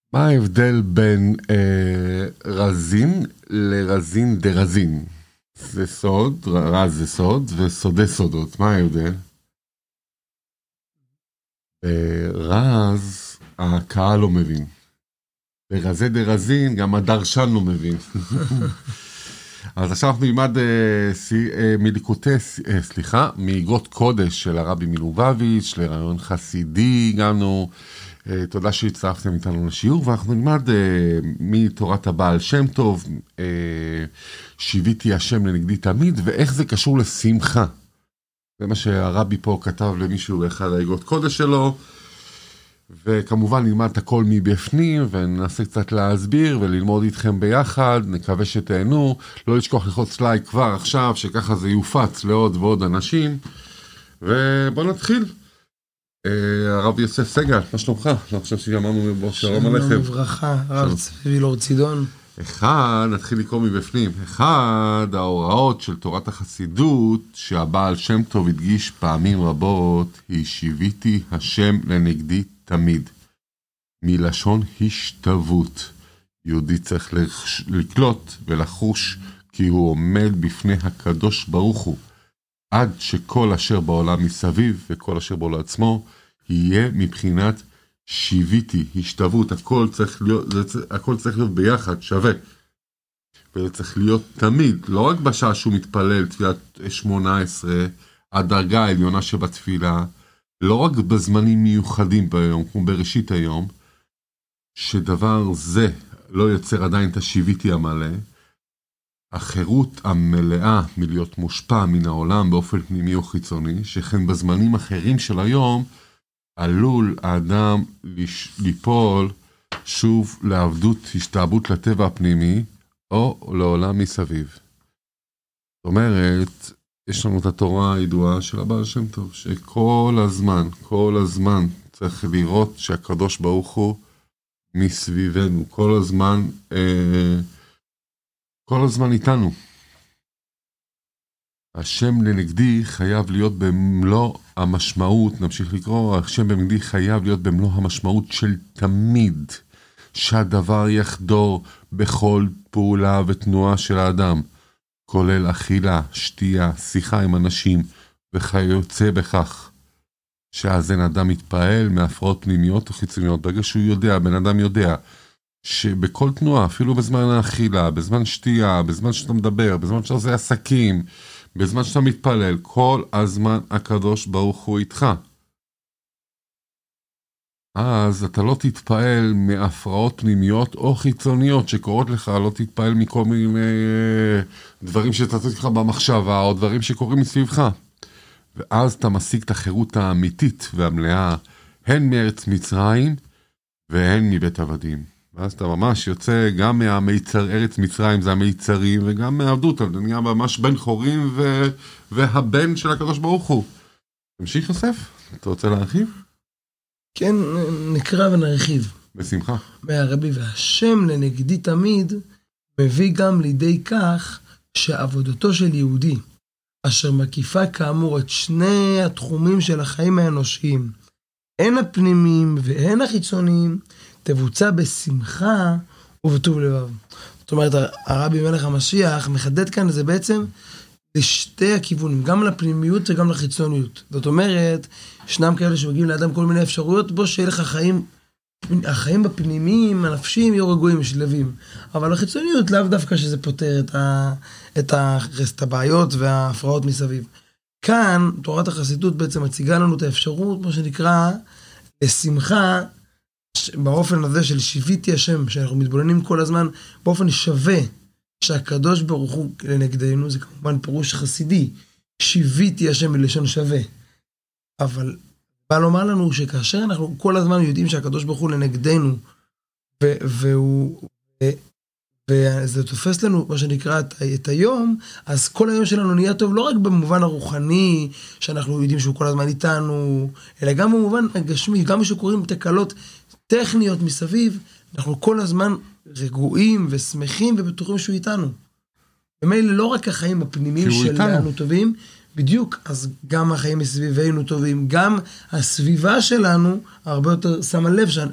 מה ההבדל בין רזין לרזין דרזין? זה סוד, רז זה סוד, וסודי סודות. מה ההבדל? רז, הקהל לא מבין. ברזי דרזין, גם הדרשן לא מבין. אז עכשיו אנחנו נלמד מאגרות קודש של הרבי מלובביץ' לרעיון חסידי, הגענו, תודה שהצטרפתם איתנו לשיעור, ואנחנו נלמד מתורת הבעל שם טוב, שיוויתי השם לנגדי תמיד, ואיך זה קשור לשמחה. זה מה שהרבי פה כתב למישהו באחד האגרות קודש שלו, וכמובן נלמד את הכל מבפנים, וננסה קצת להסביר וללמוד איתכם ביחד, נקווה שתהנו, לא לשכוח ללחוץ לייק כבר עכשיו, שככה זה יופץ לעוד ועוד אנשים, ובוא נתחיל. הרב יוסף סגל, מה שלומך? אני חושב שגמרנו בו שלום עליכם. שלום וברכה, הרב צבי לור צידון. נתחיל לקרוא מבפנים. ההוראות של תורת החסידות שהבעל שם טוב הדגיש פעמים רבות, היא שיוויתי השם לנגדי תמיד. מלשון השתוות. יהודי צריך לקלוט ולחוש כי הוא עומד בפני הקדוש ברוך הוא. עד שכל אשר בעולם מסביב וכל אשר בעולם עצמו יהיה מבחינת שיוויתי, השתוות, הכל צריך להיות ביחד, שווה. וזה צריך להיות תמיד, לא רק בשעה שהוא מתפלל, תפילת 18, הדרגה העליונה שבתפילה, לא רק בזמנים מיוחדים ביום, כמו בראשית היום, שדבר זה לא יוצר עדיין את השיוויתי המלא, החירות המלאה מלהיות מושפע מן העולם באופן פנימי או חיצוני, שכן בזמנים אחרים של היום, עלול האדם ליפול שוב לעבדות, השתעבות לטבע הפנימי, או לעולם מסביב. זאת אומרת, יש לנו את התורה הידועה של הבעל שם טוב, שכל הזמן צריך לראות שהקדוש ברוך הוא מסביבנו, כל הזמן איתנו. השם לנגדי חייב להיות במלוא המשמעות, נמשיך לקרוא, השם לנגדי חייב להיות במלוא המשמעות של תמיד, שהדבר יחדור בכל פעולה ותנועה של האדם, כולל אכילה, שתייה, שיחה עם אנשים, וכיוצא בכך, שהזן אדם מתפעל מהפרעות פנימיות או חיצוניות, ברגע שהוא יודע, בן אדם יודע, שבכל תנועה, אפילו בזמן האכילה, בזמן שתייה, בזמן שאתה מדבר, בזמן שאתה עושה עסקים, בזמן שאתה מתפלל, כל הזמן הקדוש ברוך הוא איתך. אז אתה לא תתפעל מהפרעות פנימיות או חיצוניות שקורות לך, לא תתפעל מכל מיני דברים שתעשו לך במחשבה, או דברים שקורים מסביבך. ואז אתה משיג את החירות האמיתית והמלאה, הן מארץ מצרים והן מבית עבדים. ואז אתה ממש יוצא גם מהמיצר, ארץ מצרים זה המיצרים, וגם מהעבדות, אתה נהיה ממש בן חורים והבן של הקדוש ברוך הוא. תמשיך יוסף, אתה רוצה להרחיב? כן, נקרא ונרחיב. בשמחה. מהרבי והשם לנגדי תמיד, מביא גם לידי כך שעבודתו של יהודי, אשר מקיפה כאמור את שני התחומים של החיים האנושיים, הן הפנימיים והן החיצוניים, תבוצע בשמחה ובטוב לבב. זאת אומרת, הרבי מלך המשיח מחדד כאן, זה בעצם לשתי הכיוונים, גם לפנימיות וגם לחיצוניות. זאת אומרת, ישנם כאלה שמגיעים לאדם כל מיני אפשרויות, בו שיהיה לך החיים בפנימיים, הנפשיים, יהיו רגועים, שלבים. אבל החיצוניות לאו דווקא שזה פותר את הבעיות וההפרעות מסביב. כאן, תורת החסידות בעצם מציגה לנו את האפשרות, מה שנקרא, לשמחה, באופן הזה של שיוויתי השם, שאנחנו מתבוננים כל הזמן, באופן שווה, שהקדוש ברוך הוא לנגדנו, זה כמובן פירוש חסידי, שיוויתי השם בלשון שווה. אבל בא לומר לנו שכאשר אנחנו כל הזמן יודעים שהקדוש ברוך הוא לנגדנו, וזה תופס לנו, מה שנקרא, את היום, אז כל היום שלנו נהיה טוב, לא רק במובן הרוחני, שאנחנו יודעים שהוא כל הזמן איתנו, אלא גם במובן הגשמי, גם כשקוראים תקלות טכניות מסביב, אנחנו כל הזמן רגועים ושמחים ובטוחים שהוא איתנו. ומילא לא רק החיים הפנימיים שלנו טובים, בדיוק, אז גם החיים מסביבנו טובים, גם הסביבה שלנו הרבה יותר שמה לב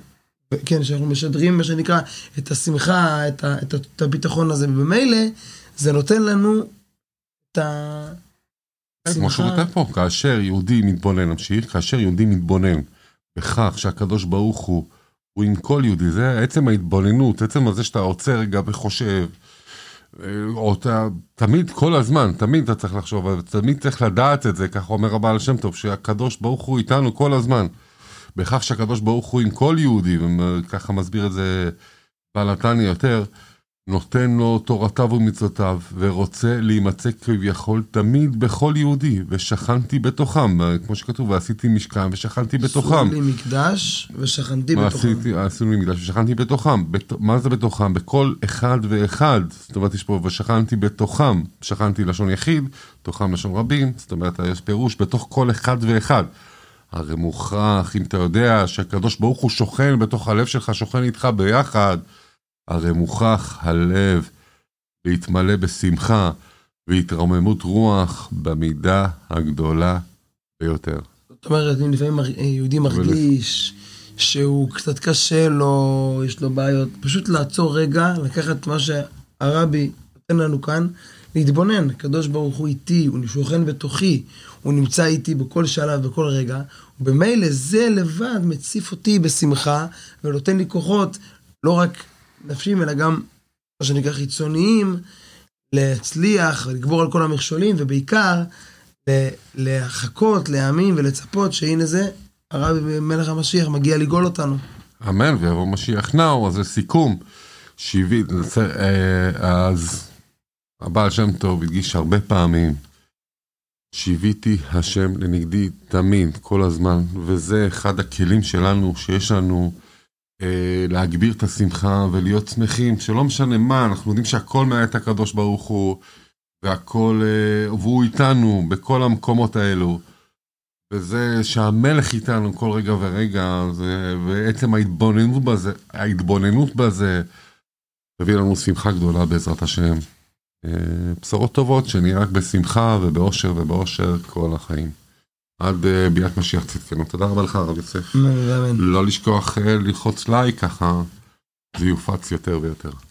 כן, שאנחנו משדרים, מה שנקרא, את השמחה, את הביטחון הזה, ובמילא זה נותן לנו את השמחה. כמו שהוא נותן פה, כאשר יהודי מתבונן, נמשיך, כאשר יהודי מתבונן בכך שהקדוש ברוך הוא עם כל יהודי, זה עצם ההתבוננות, עצם הזה שאתה עוצר רגע וחושב, או אתה, תמיד, כל הזמן, תמיד אתה צריך לחשוב, תמיד צריך לדעת את זה, ככה אומר הבעל שם טוב, שהקדוש ברוך הוא איתנו כל הזמן, בכך שהקדוש ברוך הוא עם כל יהודי, וככה מסביר את זה בעל התניא יותר, נותן לו תורתיו ומצוותיו, ורוצה להימצא כביכול תמיד בכל יהודי, ושכנתי בתוכם, כמו שכתוב, ועשיתי משכן ושכנתי בתוכם. עשו לי מקדש ושכנתי בתוכם. עשו לי מקדש ושכנתי בתוכם. מה זה בתוכם? בכל אחד ואחד. זאת אומרת, יש פה ושכנתי בתוכם. שכנתי לשון יחיד, תוכם לשון רבים. זאת אומרת, יש פירוש בתוך כל אחד ואחד. הרי מוכרח, אם אתה יודע שהקדוש ברוך הוא שוכן בתוך הלב שלך, שוכן איתך ביחד, הרי מוכרח הלב להתמלא בשמחה והתרוממות רוח במידה הגדולה ביותר. זאת אומרת, לפעמים יהודי מרגיש שהוא קצת קשה לו, יש לו בעיות, פשוט לעצור רגע, לקחת מה שהרבי נותן לנו כאן, להתבונן, הקדוש ברוך הוא איתי, הוא שוכן בתוכי, הוא נמצא איתי בכל שלב, בכל רגע, ובמילא זה לבד מציף אותי בשמחה, ונותן לי כוחות, לא רק נפשיים, אלא גם, מה שנקרא, חיצוניים, להצליח ולגבור על כל המכשולים, ובעיקר, לחכות, להאמין ולצפות שהנה זה, הרבי מלך המשיח מגיע לגאול אותנו. אמן, ויבוא משיח נאו, אז לסיכום, אז הבעל שם טוב הדגיש הרבה פעמים, שיוויתי השם לנגדי תמיד, כל הזמן, וזה אחד הכלים שלנו, שיש לנו להגביר את השמחה ולהיות שמחים, שלא משנה מה, אנחנו יודעים שהכל מעט הקדוש ברוך הוא, והכל, והוא איתנו בכל המקומות האלו, וזה שהמלך איתנו כל רגע ורגע, ועצם ההתבוננות בזה, תביא לנו שמחה גדולה בעזרת השם. בשורות טובות, שנהיה רק בשמחה ובאושר ובאושר כל החיים. עד ביאת משיח צדקנו. תודה רבה לך, הרב יוסף. אמן. לא לשכוח ללחוץ לייק, ככה זה יופץ יותר ויותר.